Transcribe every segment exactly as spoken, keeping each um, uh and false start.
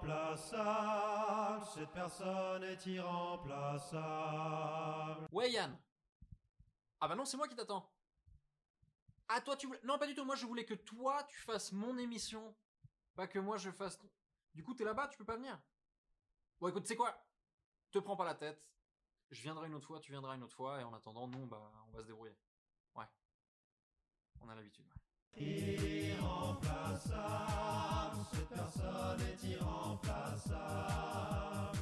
irremplaçable, cette personne est irremplaçable. Ouais Yann. Ah bah non, c'est moi qui t'attends. Ah toi tu voulais... Non pas du tout, moi je voulais que toi tu fasses mon émission. Pas que moi je fasse... Du coup t'es là-bas, tu peux pas venir. Bon écoute, tu sais quoi ? Te prends pas la tête. Je viendrai une autre fois, tu viendras une autre fois. Et en attendant, nous bah, on va se débrouiller. Ouais. On a l'habitude. Ouais. Irremplaçable, cette personne est irremplaçable.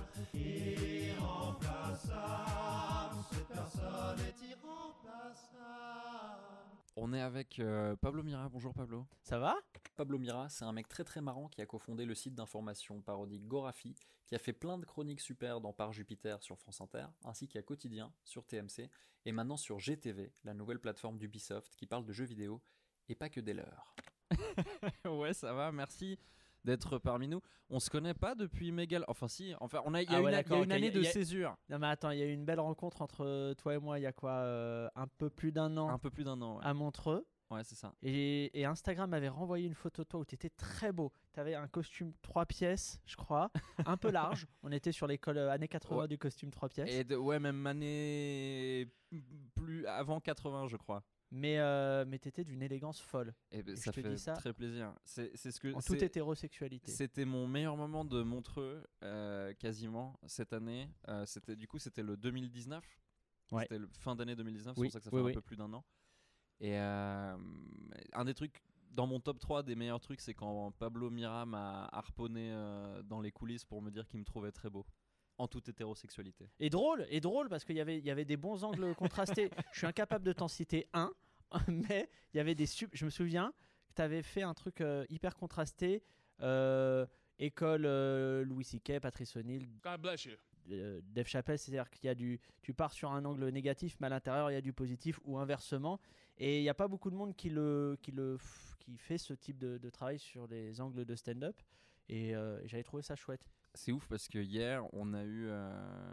Irremplaçable, cette personne est irremplaçable. On est avec euh, Pablo Mira. Bonjour Pablo. Ça va ? Pablo Mira, c'est un mec très très marrant qui a cofondé le site d'information parodique Gorafi, qui a fait plein de chroniques super dans Par Jupiter sur France Inter, ainsi qu'à Quotidien sur T M C, et maintenant sur G T V, la nouvelle plateforme d'Ubisoft qui parle de jeux vidéo, et pas que des leurs. Ouais, ça va, merci d'être parmi nous. On se connaît pas depuis Mégal... Enfin si, enfin, on a, il y a Ah une, ouais, il y a d'accord, une ok, année y a- de y a- césure. Non mais attends, il y a eu une belle rencontre entre toi et moi il y a quoi euh, un peu plus d'un an Un peu plus d'un an, ouais. à Montreux. Ouais, c'est ça. Et, et Instagram m'avait renvoyé une photo de toi où tu étais très beau. Tu avais un costume trois pièces, je crois, un peu large. On était sur l'école euh, années quatre-vingts Ouais. du costume trois pièces. Et de, ouais, même année plus avant quatre-vingts, je crois. Mais, euh, mais tu étais d'une élégance folle. Et ben, Et ça je te fait dis ça très plaisir. C'est, c'est ce que en c'est- toute hétérosexualité. C'était mon meilleur moment de Montreux, euh, quasiment cette année. Euh, c'était du coup c'était le deux mille dix-neuf. Ouais. C'était le fin d'année deux mille dix-neuf. Oui, C'est pour ça que ça fait oui, un oui. peu plus d'un an. Et euh, un des trucs dans mon top trois des meilleurs trucs, c'est quand Pablo Mira m'a harponné euh, dans les coulisses pour me dire qu'il me trouvait très beau, en toute hétérosexualité. Et drôle, et drôle parce qu'il y avait, il y avait des bons angles contrastés. Je suis incapable de t'en citer un, mais il y avait des sub. Je me souviens que tu avais fait un truc euh, hyper contrasté. euh, école euh, Louis C K, Patrice O'Neill, God bless you. euh, Dave Chappelle, c'est-à-dire qu'il y a du, tu pars sur un angle négatif, mais à l'intérieur il y a du positif ou inversement. Et il n'y a pas beaucoup de monde qui le, qui le, f- qui fait ce type de, de travail sur les angles de stand-up. Et euh, j'avais trouvé ça chouette. C'est ouf parce que hier on a eu euh,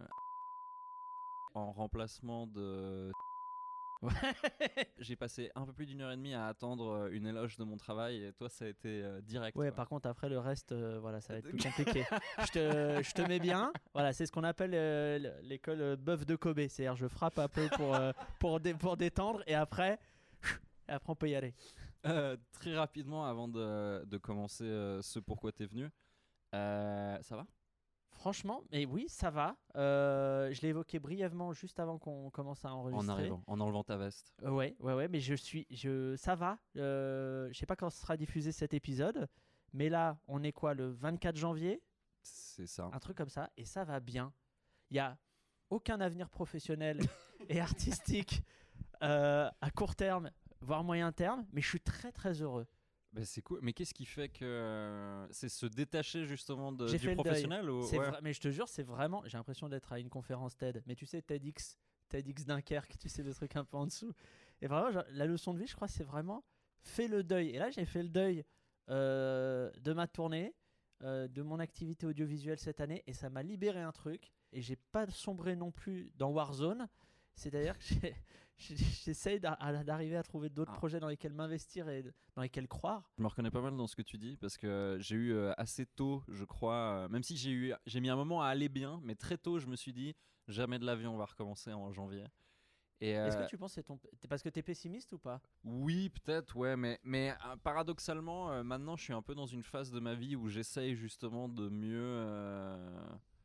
en remplacement de j'ai passé un peu plus d'une heure et demie à attendre euh, une éloge de mon travail et toi ça a été euh, direct. Ouais, quoi. par contre, après le reste, euh, voilà, ça va être plus compliqué. je, te, je te mets bien. Voilà, c'est ce qu'on appelle euh, l'école euh, bœuf de Kobe. C'est-à-dire, je frappe un peu pour, euh, pour, dé- pour détendre et après, et après, on peut y aller. Euh, très rapidement avant de, de commencer euh, ce pourquoi t'es venu, euh, ça va ? Franchement, mais oui, ça va. Euh, je l'ai évoqué brièvement juste avant qu'on commence à enregistrer. En arrivant, en enlevant ta veste. Euh, ouais, ouais, ouais, mais je suis, je, ça va. Euh, je sais pas quand sera diffusé cet épisode, mais là, on est quoi, le vingt-quatre janvier, C'est ça. un truc comme ça, et ça va bien. Il y a aucun avenir professionnel et artistique euh, à court terme, voire moyen terme, mais je suis très très heureux. Bah, c'est cool. Mais qu'est-ce qui fait que euh, c'est se détacher justement de, J'ai du fait le deuil. professionnel ou... C'est ouais. vrai- mais je te jure, c'est vraiment. J'ai l'impression d'être à une conférence TED. Mais tu sais, TEDx, TEDx Dunkerque, tu sais, le truc un peu en dessous. Et vraiment, genre, la leçon de vie, je crois, c'est vraiment fais le deuil. Et là, j'ai fait le deuil euh, de ma tournée, euh, de mon activité audiovisuelle cette année, et ça m'a libéré un truc. Et j'ai pas sombré non plus dans Warzone. C'est-à-dire que j'ai- j'ai- j'essaye d'a- à- d'arriver à trouver d'autres Ah. projets dans lesquels m'investir et dans lesquels croire. Je me reconnais pas mal dans ce que tu dis parce que j'ai eu euh, assez tôt, je crois, euh, même si j'ai eu, j'ai mis un moment à aller bien, mais très tôt, je me suis dit jamais de l'avion va recommencer en janvier. Et Est-ce euh, que tu penses que c'est ton... t'es- parce que t'es pessimiste ou pas? oui, peut-être, ouais, mais, mais euh, paradoxalement, euh, maintenant, je suis un peu dans une phase de ma vie où j'essaye justement de mieux, euh,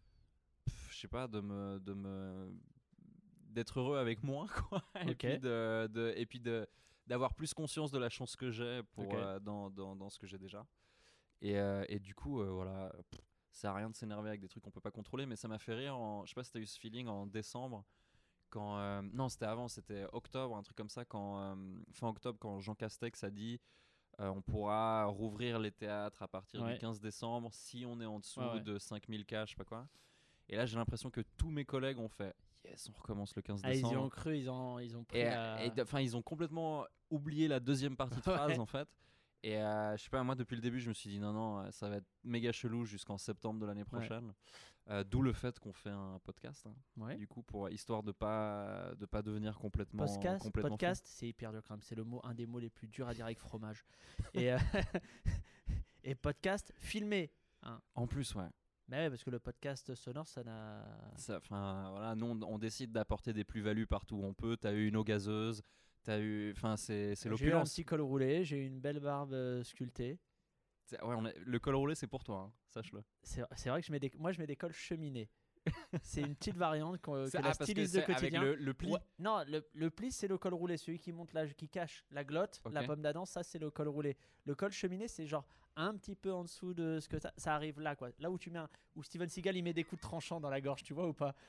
pff, je sais pas, de me, de me, d'être heureux avec moins, quoi, et Ok. puis de, de- et puis de, d'avoir plus conscience de la chance que j'ai pour Ok. euh, dans, dans, dans ce que j'ai déjà. Et, euh, et du coup, euh, voilà, pff, ça sert à rien de s'énerver avec des trucs qu'on peut pas contrôler, mais ça m'a fait rire. En, je sais pas si t'as eu ce feeling en décembre. Quand, euh, non, c'était avant, c'était octobre, un truc comme ça, quand, euh, fin octobre, quand Jean Castex a dit euh, on pourra rouvrir les théâtres à partir Ouais. du quinze décembre si on est en dessous Ouais, ouais. de cinq mille cas, je sais pas quoi. Et là, j'ai l'impression que tous mes collègues ont fait yes, on recommence le quinze Ah, ils y décembre. ont cru, ils ont, ils ont pris Et, la... et d- enfin, ils ont complètement oublié la deuxième partie de phrase Ouais. en fait. Et euh, je sais pas, moi depuis le début, je me suis dit non, non, euh, ça va être méga chelou jusqu'en septembre de l'année prochaine. Euh, D'où le fait qu'on fait un podcast, hein, Ouais. du coup, pour histoire de pas de pas devenir complètement Podcast, complètement fou. podcast c'est hyper dur quand même. C'est le mot, un des mots les plus durs à dire avec fromage. Et, euh, et podcast, filmé. Hein. En plus, ouais. Mais ouais, parce que le podcast sonore, ça n'a. Ça, enfin, voilà, nous, on, on décide d'apporter des plus-values partout où on peut. T'as eu une eau gazeuse, t'as eu, enfin, c'est, c'est J'ai eu un l'opulence. petit col roulé, j'ai eu une belle barbe euh, sculptée. C'est- ouais, on a- le col roulé, c'est pour toi, hein, sache-le. C'est, c'est vrai que je mets des, moi je mets des cols cheminés. C'est une petite variante qu'on, que C'est- la ah, parce que styliste de c'est avec quotidien. le, le pli. Ouais, non, le, le pli c'est le col roulé, celui qui monte là, qui cache la glotte, Ok. la pomme d'Adam, ça c'est le col roulé. Le col cheminé c'est genre un petit peu en dessous de ce que ça, ça arrive là quoi. Là où tu mets un, où Steven Seagal il met des coups de tranchant dans la gorge, tu vois ou pas?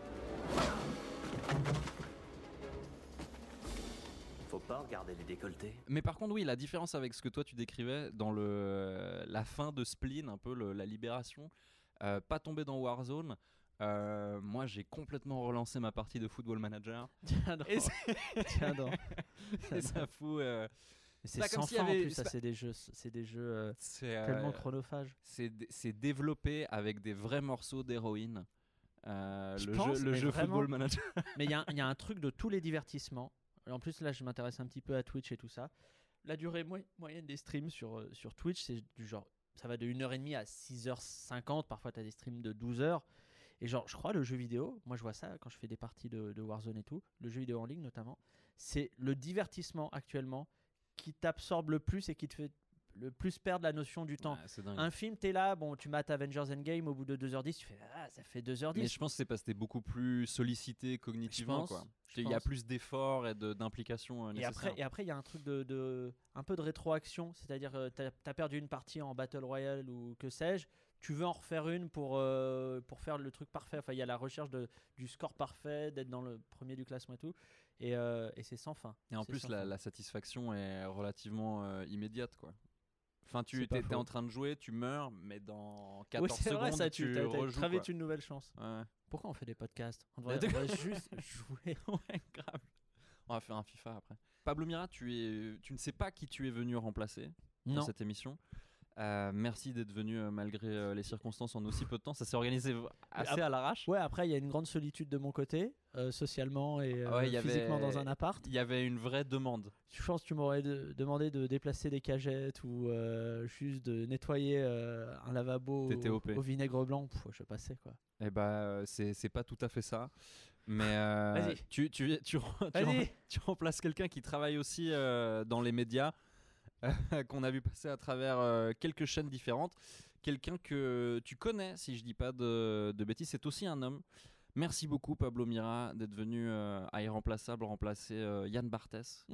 Faut pas regarder les décolletés. Mais par contre, oui, la différence avec ce que toi tu décrivais dans le, la fin de Spleen, un peu le- la libération, euh, pas tomber dans Warzone. euh, moi, j'ai complètement relancé ma partie de Football Manager. Tiens donc. Et c'est- Tiens donc. Et ça fout. euh, Mais c'est pas comme sans s'il y fin en avait- plus, c'est ça pas- c'est des jeux, c'est des jeux euh, c'est euh, tellement chronophages. c'est dé- c'est développé avec des vrais morceaux d'héroïne. Euh, Je le pense, jeu, le mais jeu vraiment- Football Manager. Mais il y, a un- il y a un truc de tous les divertissements. En plus, là, je m'intéresse un petit peu à Twitch et tout ça. La durée mo- moyenne des streams sur, euh, sur Twitch, c'est du genre. Ça va de une heure trente à six heures cinquante. Parfois, tu as des streams de douze heures. Et genre, je crois, le jeu vidéo, moi, je vois ça quand je fais des parties de, de Warzone et tout, le jeu vidéo en ligne notamment, c'est le divertissement actuellement qui t'absorbe le plus et qui te fait le plus perdre la notion du temps. Ouais, c'est dingue. Un film, t'es là, bon, tu mates Avengers Endgame au bout de deux heures dix, tu fais ah, ça fait deux heures dix. Mais je pense que c'est parce que t'es beaucoup plus sollicité cognitivement. pense, quoi. je Il y a pense. plus d'efforts et de- d'implication euh, Et nécessaires. après, et après, il y a un truc de, de un peu de rétroaction, c'est-à-dire euh, t'as as perdu une partie en battle royale ou que sais-je, tu veux en refaire une pour euh, pour faire le truc parfait. Enfin, il y a la recherche de, du score parfait, d'être dans le premier du classement et tout, et, euh, et c'est sans fin. Et en C'est plus, sans la, fin. la satisfaction est relativement euh, immédiate, quoi. Enfin, tu C'est pas t'es, t'es faux. en train de jouer, tu meurs, mais dans Oui, quatorze c'est secondes, vrai, ça, tu tu t'as, t'as rejoues. très vite quoi. une nouvelle chance. Ouais. Pourquoi on fait des podcasts? On devrait, Mais on de- devrait juste jouer. Ouais, grave. On va faire un FIFA après. Pablo Mira, tu, es, tu ne sais pas qui tu es venu remplacer dans Non. cette émission. Euh, merci d'être venu euh, malgré euh, les circonstances en aussi peu de temps. Ça s'est organisé v- assez à l'arrache. Ouais, après, il y a une grande solitude de mon côté, euh, socialement et euh, Ouais, il y physiquement avait- dans un appart. Il y avait une vraie demande. Je pense que tu m'aurais de- demandé de déplacer des cagettes ou euh, juste de nettoyer euh, un lavabo T'étais au, O P. au vinaigre blanc. Pff, je passais quoi. Eh bah, euh, c'est, c'est pas tout à fait ça. Mais euh, Vas-y. tu, tu, tu, rem- tu, Vas-y. rem- tu remplaces quelqu'un qui travaille aussi euh, dans les médias, euh, qu'on a vu passer à travers euh, quelques chaînes différentes. Quelqu'un que tu connais, si je dis pas de, de bêtises, c'est aussi un homme. Merci beaucoup Pablo Mira d'être venu euh, à Irremplaçable remplacer euh, Yann Barthès.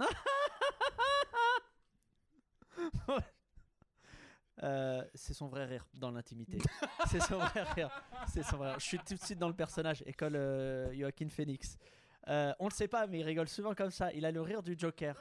Euh, c'est son vrai rire dans l'intimité. C'est son vrai rire. C'est son vrai rire. Je suis tout de suite dans le personnage. École euh, Joaquin Phoenix. Euh, on le sait pas, mais il rigole souvent comme ça. Il a le rire du Joker.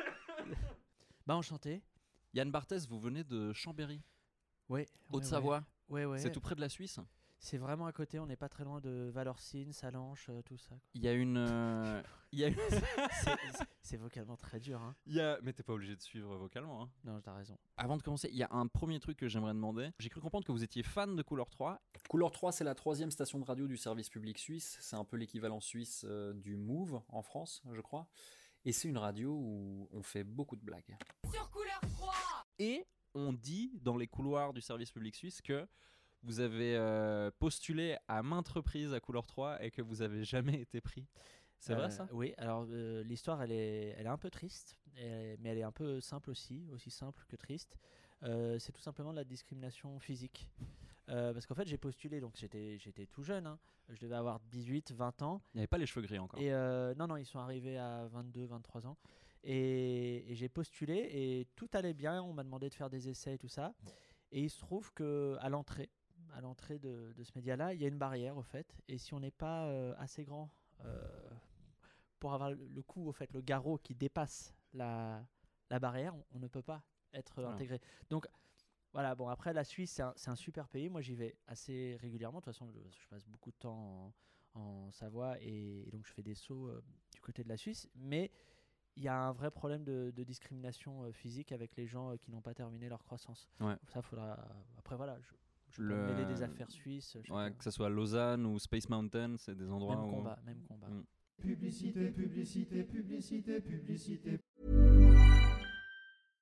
Bah enchanté. Yann Barthès, vous venez de Chambéry, Ouais. Haute-Savoie. Ouais, ouais. C'est tout près de la Suisse. C'est vraiment à côté. On n'est pas très loin de Valorcine, Salanches, euh, tout ça. quoi. Il y a une, euh, il y a une- C'est- c'est- C'est vocalement très dur. Hein. il y a, mais t'es pas obligé de suivre vocalement. Hein. Non, t'as raison. Avant de commencer, il y a un premier truc que j'aimerais demander. J'ai cru comprendre que vous étiez fan de Couleur trois. Couleur trois, c'est la troisième station de radio du service public suisse. C'est un peu l'équivalent suisse euh, du Move en France, je crois. Et c'est une radio où on fait beaucoup de blagues. Sur Couleur trois. Et on dit dans les couloirs du service public suisse que vous avez euh, postulé à maintes reprises à Couleur trois et que vous avez jamais été pris. C'est vrai Euh, ça? Oui, alors euh, l'histoire elle est, elle est un peu triste, et- mais elle est un peu simple aussi, aussi simple que triste. Euh, c'est tout simplement de la discrimination physique. Euh, parce qu'en fait j'ai postulé, donc j'étais, j'étais tout jeune, hein. Je devais avoir dix-huit, vingt ans. Il n'y avait pas les cheveux gris encore. Et euh, non, non, ils sont arrivés à vingt-deux, vingt-trois ans. Et, et j'ai postulé et tout allait bien, on m'a demandé de faire des essais et tout ça. Et il se trouve qu'à l'entrée, à l'entrée de, de ce média-là, il y a une barrière au fait. Et si on n'est pas euh, assez grand euh, pour avoir le, le coup, au fait, le garrot qui dépasse la, la barrière, on, on ne peut pas être Voilà. intégré. Donc voilà, bon après la Suisse, c'est un, c'est un super pays. Moi j'y vais assez régulièrement. De toute façon, je, je passe beaucoup de temps en, en Savoie et, et donc je fais des sauts euh, du côté de la Suisse. Mais il y a un vrai problème de, de discrimination euh, physique avec les gens euh, qui n'ont pas terminé leur croissance. Ouais. Ça faudra. Après voilà, je, je peux Le- me mêler des affaires suisses. je sais Ouais, pas. que ce soit Lausanne ou Space Mountain, c'est des endroits Même où... combat, même combat. Mm. Publicité, publicité, publicité, publicité.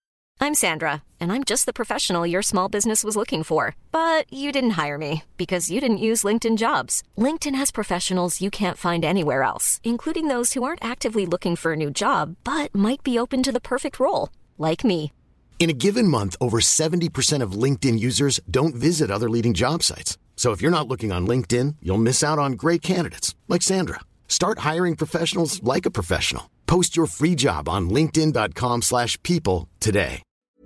I'm Sandra, and I'm just the professional your small business was looking for. But you didn't hire me because you didn't use LinkedIn Jobs. LinkedIn has professionals you can't find anywhere else, including those who aren't actively looking for a new job, but might be open to the perfect role, like me. In a given month, over seventy percent of LinkedIn users don't visit other leading job sites. So if you're not looking on LinkedIn, you'll miss out on great candidates like Sandra. Start hiring professionals like a professional. Post your free job on linkedin dot com slash people today.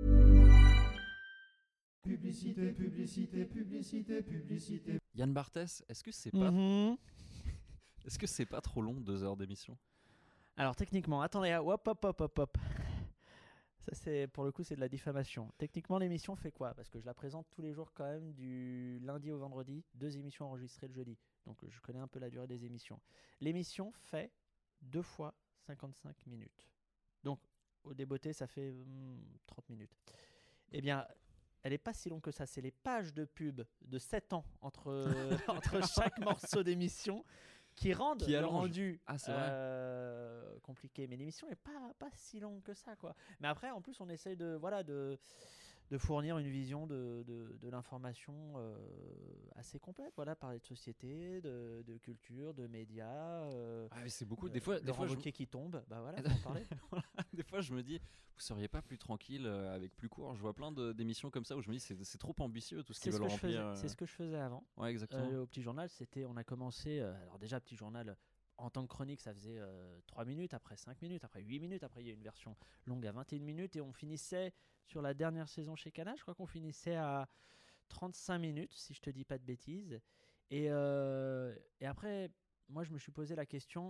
Publicité, publicité, publicité, publicité. Yann Barthès, est-ce que c'est pas, Mhm. est-ce que c'est pas trop long, deux heures d'émission? Alors techniquement, attendez, ah, hop hop hop hop hop. Ça c'est pour le coup c'est de la diffamation. Techniquement l'émission fait quoi? Parce que je la présente tous les jours quand même du lundi au vendredi, deux émissions enregistrées le jeudi. Donc je connais un peu la durée des émissions. L'émission fait deux fois cinquante-cinq minutes. Donc au débeauté ça fait hum, trente minutes. Eh bien elle est pas si longue que ça, c'est les pages de pub de sept ans entre, entre chaque morceau d'émission qui rendent Qui le allonge. rendu Ah, c'est vrai. euh, compliqué. Mais l'émission est pas, pas si longue que ça, quoi. Mais après, en plus, on essaye de, voilà, de, de fournir une vision de, de, de l'information euh, assez complète. Voilà, parler de société, de, de culture, de médias. Euh, Ah, mais c'est beaucoup. Des fois, le des fois, je... Roquet qui tombe, bah voilà, faut en parler. Voilà, des fois, je me dis, vous seriez pas plus tranquille euh, avec plus court. Je vois plein de- d'émissions comme ça où je me dis, c'est c'est trop ambitieux tout ce C'est qu'ils ce, veulent que je faisais, remplir. euh. c'est ce que je faisais avant. Ouais, exactement. Euh, au Petit Journal, c'était, on a commencé, euh, alors déjà Petit Journal, en tant que chronique, ça faisait euh, trois minutes, après cinq minutes, après huit minutes, après il y a une version longue à vingt et une minutes, et on finissait sur la dernière saison chez Canal, je crois qu'on finissait à trente-cinq minutes, si je te dis pas de bêtises. Et, euh, et après, moi je me suis posé la question,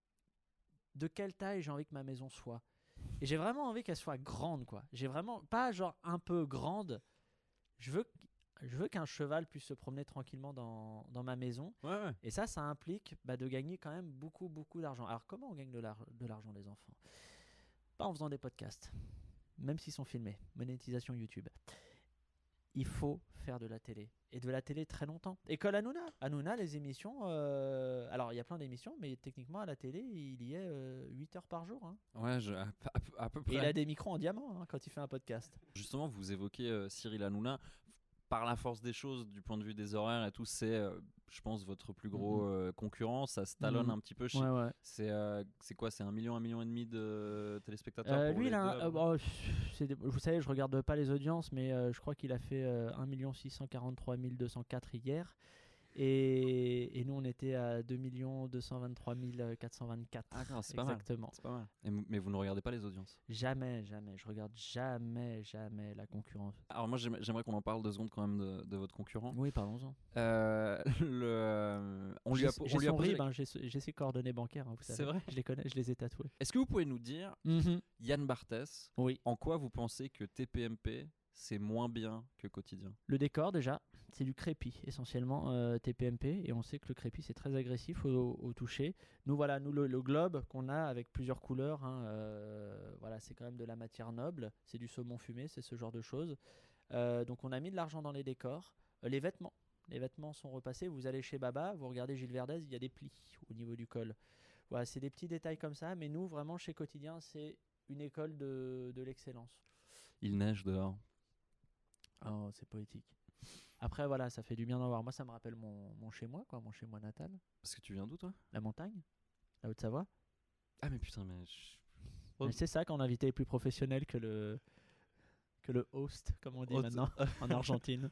de quelle taille j'ai envie que ma maison soit? Et j'ai vraiment envie qu'elle soit grande, quoi. J'ai vraiment, pas genre un peu grande, je veux Je veux qu'un cheval puisse se promener tranquillement dans, dans ma maison. Ouais, ouais. Et ça, ça implique bah, de gagner quand même beaucoup, beaucoup d'argent. Alors, comment on gagne de, l'ar- de l'argent, les enfants? Pas en faisant des podcasts, même s'ils sont filmés. Monétisation YouTube. Il faut faire de la télé. Et de la télé très longtemps. École Hanouna. Hanouna, les émissions. euh, Alors, il y a plein d'émissions, mais techniquement, à la télé, il y est euh, huit heures par jour. Hein. Ouais, je- à, à- à peu Et près. il a des micros en diamant hein, quand il fait un podcast. Justement, vous évoquez euh, Cyril Hanouna. Par la force des choses, du point de vue des horaires et tout, c'est, euh, je pense, votre plus gros Mhm. euh, concurrent. Ça se talonne Mhm. un petit peu. Chez... Ouais, ouais. C'est euh, c'est quoi? C'est un million, un million et demi de téléspectateurs Euh, pour lui, les il a deux, un- à euh, peu près bon, c'est des- vous savez, je regarde pas les audiences, mais euh, je crois qu'il a fait euh, un million six cent quarante-trois mille deux cent quatre hier. Et, et nous, on était à deux millions deux cent vingt-trois mille quatre cent vingt-quatre. Ah, non, c'est pas mal. Exactement. C'est pas mal. Et m- mais vous ne regardez pas les audiences. Jamais, jamais. Je regarde jamais, jamais la concurrence. Alors moi, j'aime- j'aimerais qu'on en parle deux secondes quand même de, de votre concurrent. Oui, parlons-en. Euh, le, euh, on lui J'ai a, po- j'ai on lui a son posé R I B, la- hein, j'ai ce- j'ai ses coordonnées bancaires. hein, vous C'est savez. vrai Je les connais, je les ai tatoués. Est-ce que vous pouvez nous dire, Yann Barthès, Oui. en quoi vous pensez que T P M P c'est moins bien que Quotidien? Le décor, déjà, c'est du crépi, essentiellement euh, T P M P. Et on sait que le crépi, c'est très agressif au, au toucher. Nous, voilà, nous, le, le globe qu'on a avec plusieurs couleurs, hein, euh, voilà, c'est quand même de la matière noble. C'est du saumon fumé, c'est ce genre de choses. Euh, donc, on a mis de l'argent dans les décors. Euh, les vêtements. Les vêtements sont repassés. Vous allez chez Baba, vous regardez Gilles Verdez, il y a des plis au niveau du col. Voilà, c'est des petits détails comme ça. Mais nous, vraiment, chez Quotidien, c'est une école de, de l'excellence. Il neige dehors. Oh, c'est poétique. Après, voilà, ça fait du bien d'en voir. Moi, ça me rappelle mon, mon chez-moi, quoi, mon chez-moi natal. Parce que tu viens d'où, toi? La montagne, la Haute-Savoie. Ah mais putain, mais... je- Oh. Mais c'est ça qu'on invitait les plus professionnels que le, que le host, comme on dit Haute- maintenant, en Argentine.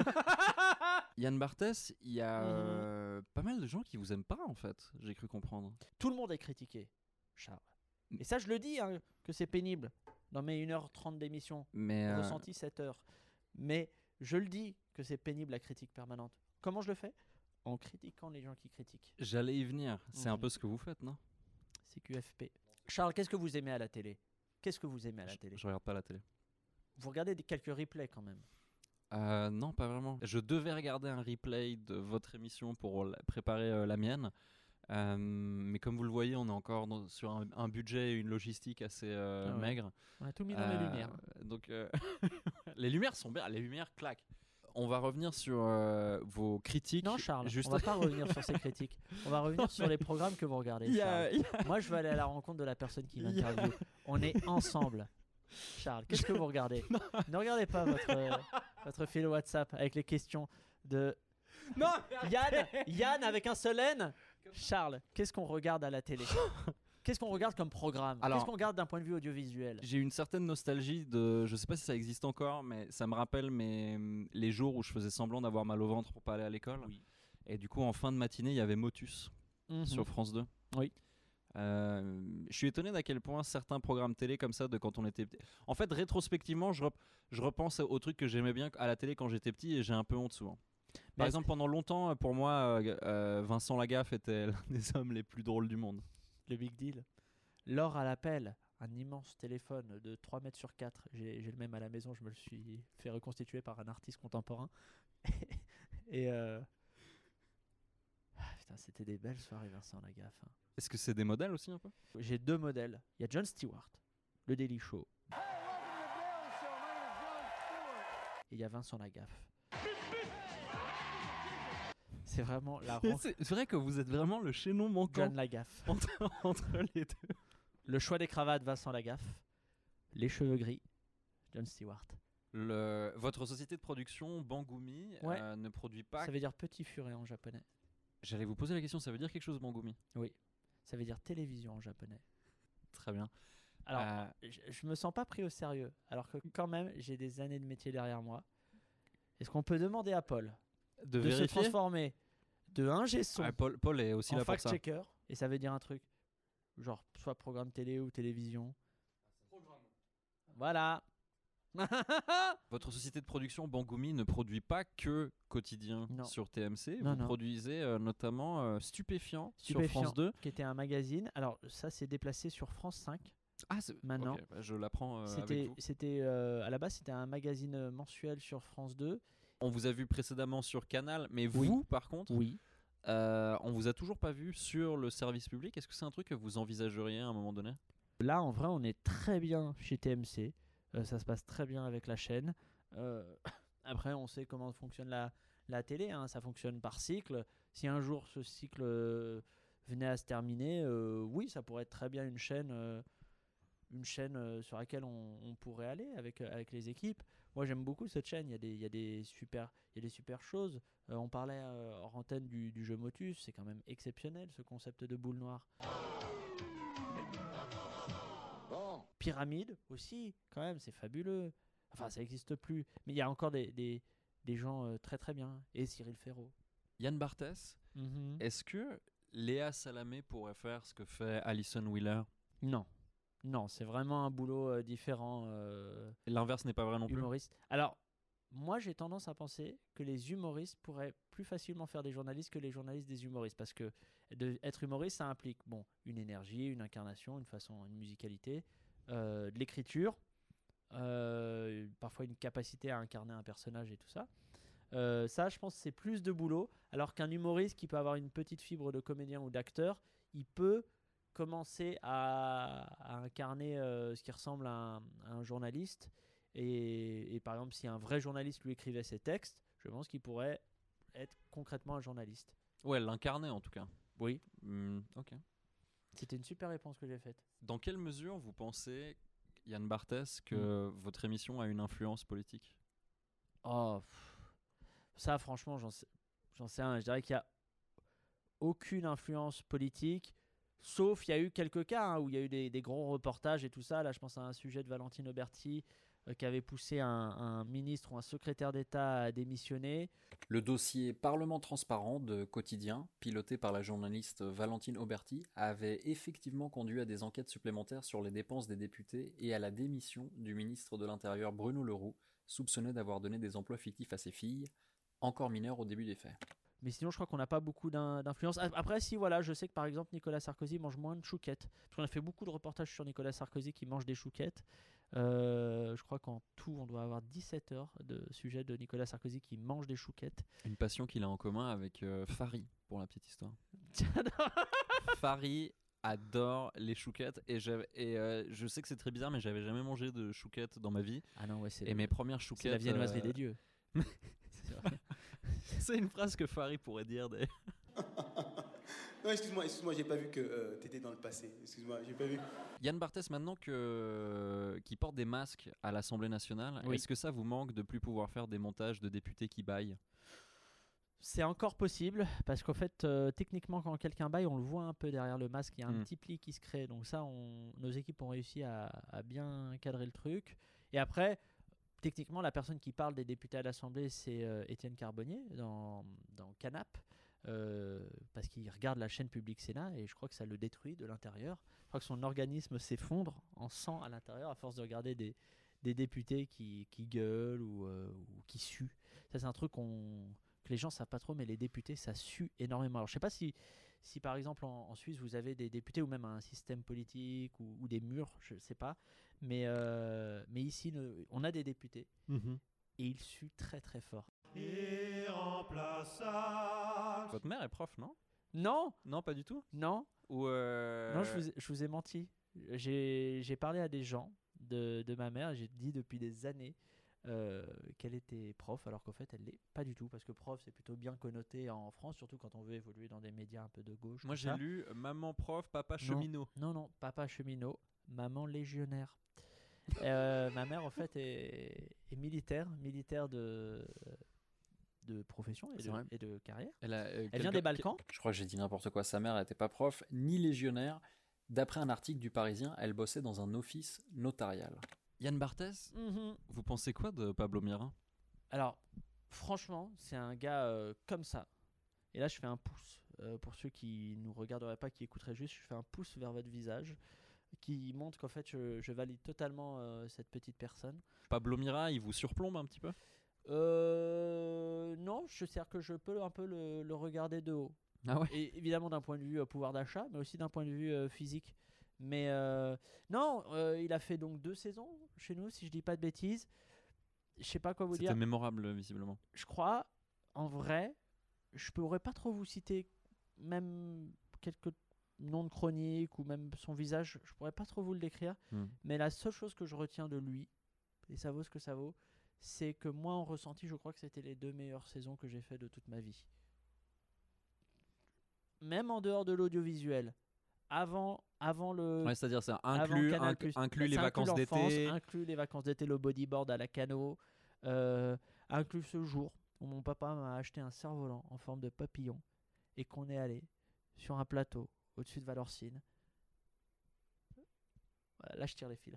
Yann Barthès, il y a Mhm. euh, pas mal de gens qui vous aiment pas, en fait. J'ai cru comprendre. Tout le monde est critiqué, Charles. Et ça, je le dis, hein, que c'est pénible. Dans mes une heure trente d'émission, Mais... euh, ressenti sept heures. Mais je le dis que c'est pénible la critique permanente. Comment je le fais? En critiquant les gens qui critiquent. J'allais y venir. C'est un Mhm. peu ce que vous faites, non? C Q F P. Charles, qu'est-ce que vous aimez à la télé? Qu'est-ce que vous aimez à la Je- télé? Je regarde pas la télé. Vous regardez des, quelques replays quand même. Euh, non, pas vraiment. Je devais regarder un replay de votre émission pour la- préparer euh, la mienne. Euh, mais comme vous le voyez, on est encore dans- sur un, un budget et une logistique assez euh, Ah ouais. maigre. On a tout mis dans Euh, les lumières. Donc, euh, les lumières sont bien, les lumières claquent. On va revenir sur euh, vos critiques. Non, Charles, juste... on va pas revenir sur ces critiques. On va revenir sur les programmes que vous regardez. Il y a- Charles. il y a- Moi, je veux aller à la rencontre de la personne qui Il y a- m'interviewe. On est ensemble. Charles, qu'est-ce que vous regardez? Ne regardez pas votre, euh, votre fil WhatsApp avec les questions de Non. Yann, Yann avec un seul N. Charles, qu'est-ce qu'on regarde à la télé? Qu'est-ce qu'on regarde comme programme? Alors- Qu'est-ce qu'on regarde d'un point de vue audiovisuel? J'ai une certaine nostalgie de, je sais pas si ça existe encore, mais ça me rappelle mes, les jours où je faisais semblant d'avoir mal au ventre pour pas aller à l'école. Oui. Et du coup, en fin de matinée, il y avait Motus Mhm. sur France deux. Oui. Euh, je suis étonné d'à quel point certains programmes télé comme ça de quand on était petit. En fait, rétrospectivement, je, rep- je repense aux trucs que j'aimais bien à la télé quand j'étais petit et j'ai un peu honte souvent. Par Mais- exemple, pendant longtemps, pour moi, euh, euh, Vincent Lagaffe était l'un des hommes les plus drôles du monde. Le big deal. L'or à l'appel, un immense téléphone de trois mètres sur quatre. J'ai j'ai le même à la maison, je me le suis fait reconstituer par un artiste contemporain. Et euh... ah, putain, c'était des belles soirées, Vincent Lagaffe. hein. Est-ce que c'est des modèles aussi un peu? J'ai deux modèles. Il y a Jon Stewart, le Daily Show. Et il y a Vincent Lagaffe. C'est vraiment la Mais rencontre. C'est c'est vrai que vous êtes vraiment le chaînon manquant John Lagaffe. entre, entre les deux. Le choix des cravates, Vincent Lagaffe. Les cheveux gris, Jon Stewart. Le, votre société de production, Bangumi, Ouais. euh, ne produit pas. Ça veut dire petit furet en japonais. J'allais vous poser la question, ça veut dire quelque chose, Bangumi? Oui. Ça veut dire télévision en japonais. Très bien. Alors, Euh, je, je me sens pas pris au sérieux. Alors que quand même, j'ai des années de métier derrière moi. Est-ce qu'on peut demander à Paul de, de se vérifier. transformer de ingé son Ah, Paul, Paul est aussi en là pour ça. fact-checker? Et ça veut dire un truc. Genre, soit programme télé ou télévision. Voilà. Votre société de production, Bangumi, ne produit pas que quotidien Non. sur T M C. Non, vous non. produisez euh, notamment euh, Stupéfiant, sur Stupéfiant, France deux. qui était un magazine. Alors, ça s'est déplacé sur France cinq. Ah, c'est- Maintenant. ok, bah, je l'apprends euh, avec C'était, vous. c'était euh, à la base, c'était un magazine euh, mensuel sur France deux. On vous a vu précédemment sur Canal, mais Oui. vous, par contre, Oui. euh, on vous a toujours pas vu sur le service public. Est-ce que c'est un truc que vous envisageriez à un moment donné? Là, en vrai, on est très bien chez T M C. Euh, ça se passe très bien avec la chaîne. Euh, après, on sait comment fonctionne la, la télé. hein. Ça fonctionne par cycle. Si un jour ce cycle euh, venait à se terminer, euh, oui, ça pourrait être très bien une chaîne, euh, une chaîne euh, sur laquelle on, on pourrait aller avec, euh, avec les équipes. Moi, j'aime beaucoup cette chaîne. Il y a des, il y a des, super, il y a des super choses. Euh, on parlait euh, hors antenne du, du jeu Motus. C'est quand même exceptionnel, ce concept de boule noire. Pyramide aussi, quand même, c'est fabuleux. Enfin, ça n'existe plus. Mais il y a encore des, des, des gens euh, très très bien. Et Cyril Ferraud. Yann Barthès, est-ce que Léa Salamé pourrait faire ce que fait Alison Wheeler? Non. Non, c'est vraiment un boulot euh, différent. euh, L'inverse n'est pas vrai non plus. humoriste. Alors, moi, j'ai tendance à penser que les humoristes pourraient plus facilement faire des journalistes que les journalistes des humoristes. Parce que de, être humoriste, ça implique bon, une énergie, une incarnation, une façon, une musicalité, euh, de l'écriture, euh, parfois une capacité à incarner un personnage et tout ça. Euh, ça, je pense que c'est plus de boulot. Alors qu'un humoriste qui peut avoir une petite fibre de comédien ou d'acteur, il peut commencer à, à incarner euh, ce qui ressemble à un, à un journaliste. Et, et par exemple, si un vrai journaliste lui écrivait ses textes, je pense qu'il pourrait être concrètement un journaliste. Ouais, l'incarner en tout cas. Oui. Hmm, ok. C'était une super réponse que j'ai faite. Dans quelle mesure vous pensez, Yann Barthès, que votre émission a une influence politique? Oh, pff. Ça, franchement, j'en sais, j'en sais rien. Je dirais qu'il n'y a aucune influence politique, sauf il y a eu quelques cas hein, où il y a eu des, des gros reportages et tout ça. Là, je pense à un sujet de Valentine Auberti euh, qui avait poussé un, un ministre ou un secrétaire d'État à démissionner. Le dossier Parlement transparent de Quotidien, piloté par la journaliste Valentine Auberti, avait effectivement conduit à des enquêtes supplémentaires sur les dépenses des députés et à la démission du ministre de l'Intérieur Bruno Le Roux, soupçonné d'avoir donné des emplois fictifs à ses filles, encore mineures au début des faits. Mais sinon, je crois qu'on n'a pas beaucoup d'in- d'influence. A- Après, si, voilà, je sais que par exemple, Nicolas Sarkozy mange moins de chouquettes. Parce qu'on a fait beaucoup de reportages sur Nicolas Sarkozy qui mange des chouquettes. Euh, je crois qu'en tout, on doit avoir dix-sept heures de sujets de Nicolas Sarkozy qui mange des chouquettes. Une passion qu'il a en commun avec euh, Fari, pour la petite histoire. Fari adore les chouquettes et, j'avais- et euh, je sais que c'est très bizarre, mais j'avais jamais mangé de chouquettes dans ma vie. Ah non, ouais, c'est Et mes premières c'est chouquettes. la viennoiserie euh, des dieux. C'est vrai. C'est une phrase que Fari pourrait dire. Des... Non, excuse-moi, excuse-moi, j'ai pas vu que euh, t'étais dans le passé. Excuse-moi, j'ai pas vu. Yann Barthès, maintenant que qui porte des masques à l'Assemblée nationale, Oui. est-ce que ça vous manque de plus pouvoir faire des montages de députés qui baillent? C'est encore possible parce qu'en fait, euh, techniquement, quand quelqu'un baille, on le voit un peu derrière le masque. Il y a un Mm. petit pli qui se crée. Donc ça, on- nos équipes ont réussi à, à bien cadrer le truc. Et après, techniquement, la personne qui parle des députés à l'Assemblée, c'est euh, Étienne Carbonnier dans, dans Canap. euh, parce qu'il regarde la chaîne Public Sénat et je crois que ça le détruit de l'intérieur. Je crois que son organisme s'effondre en sang à l'intérieur à force de regarder des, des députés qui, qui gueulent ou, euh, ou qui suent. Ça, c'est un truc qu'on, que les gens savent pas trop, mais les députés, ça sue énormément. Alors, je sais pas si, si par exemple en, en Suisse, vous avez des députés ou même un système politique ou, ou des murs, je sais pas. Mais, euh, mais ici, le- on a des députés et ils suent très très fort. Irremplaçable. Votre mère est prof, non? Non, Non, pas du tout. non, Ou euh, non, je vous ai, je vous ai menti. J'ai j'ai parlé à des gens de, de ma mère. J'ai dit depuis des années euh, qu'elle était prof, alors qu'en fait, elle l'est pas du tout. Parce que prof, c'est plutôt bien connoté en France, surtout quand on veut évoluer dans des médias un peu de gauche. Moi tout j'ai ça. lu euh, maman prof, papa Non. cheminot. Non, non, papa cheminot, maman légionnaire. Euh, ma mère, en fait, est, est militaire, militaire de, de profession et C'est de, vrai. et de carrière. Elle, a, euh, Elle quelqu'un- vient des Balkans. Je crois que j'ai dit n'importe quoi. Sa mère n'était pas prof ni légionnaire. D'après un article du Parisien, elle bossait dans un office notarial. Yann Barthès, Mhm. vous pensez quoi de Pablo Mira? Alors, franchement, c'est un gars euh, comme ça. Et là, je fais un pouce. euh, pour ceux qui nous regarderaient pas, qui écouteraient juste, je fais un pouce vers votre visage qui montre qu'en fait, je, je valide totalement euh, cette petite personne. Pablo Mira, il vous surplombe un petit peu? Euh, non, je sais que je peux un peu le, le regarder de haut. Ah ouais. Et évidemment d'un point de vue euh, pouvoir d'achat, mais aussi d'un point de vue euh, physique. Mais euh, non, euh, il a fait donc deux saisons chez nous, si je dis pas de bêtises. Je sais pas quoi vous C'était dire. mémorable visiblement. Je crois, en vrai, je pourrais pas trop vous citer même quelques noms de chroniques ou même son visage. Je pourrais pas trop vous le décrire. Hmm. Mais la seule chose que je retiens de lui, et ça vaut ce que ça vaut, c'est que moi en ressenti, je crois que c'était les deux meilleures saisons que j'ai fait de toute ma vie. Même en dehors de l'audiovisuel, avant, avant le, Ouais, c'est-à-dire c'est avant inclus, Canal+. inc- inclus les Ça vacances l'enfance, d'été. inclus les vacances d'été, le bodyboard à la cano, euh, inclus ce jour où mon papa m'a acheté un cerf-volant en forme de papillon et qu'on est allé sur un plateau au-dessus de Valorcine. Voilà, là, je tire les fils.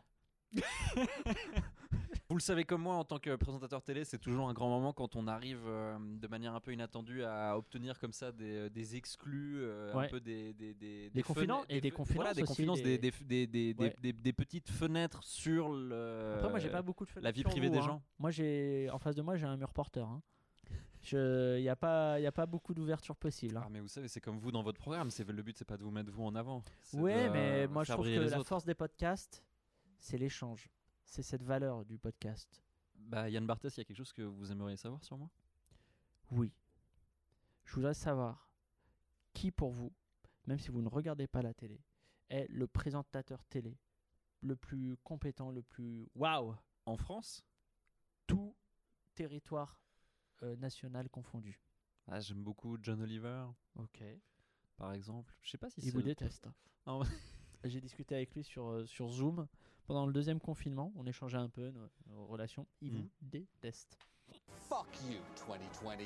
Vous le savez comme moi, en tant que présentateur télé, c'est toujours un grand moment quand on arrive euh, de manière un peu inattendue à obtenir comme ça des, des exclus, euh, Ouais. un peu des des des, Des confidences- et des fe- confidences voilà, des aussi, confidences, des- des des, des, des, des- Ouais. des- des petites fenêtres sur le. Après, moi, j'ai pas beaucoup de la vie sur privée vous, des hein. gens. Moi, j'ai en face de moi, j'ai un mur porteur. Hein. Il n'y a pas, y a pas beaucoup d'ouverture possible. Hein. Ah mais vous savez, c'est comme vous dans votre programme. C'est le but, c'est pas de vous mettre vous en avant. c'est Ouais, de, mais euh, moi, je faire trouve que briller les la autres. force des podcasts, c'est l'échange. C'est cette valeur du podcast. Bah Yann Barthès, il y a quelque chose que vous aimeriez savoir sur moi? Oui. Je voudrais savoir qui, pour vous, même si vous ne regardez pas la télé, est le présentateur télé le plus compétent, le plus waouh, En France? tout territoire euh, national confondu. Ah, j'aime beaucoup John Oliver, Ok. par exemple. Je sais pas si Il c'est vous le- déteste. Non, J'ai discuté avec lui sur, euh, sur Zoom pendant le deuxième confinement. On échangeait un peu nos, nos relations. Il Mm. vous déteste. Fuck you, twenty twenty.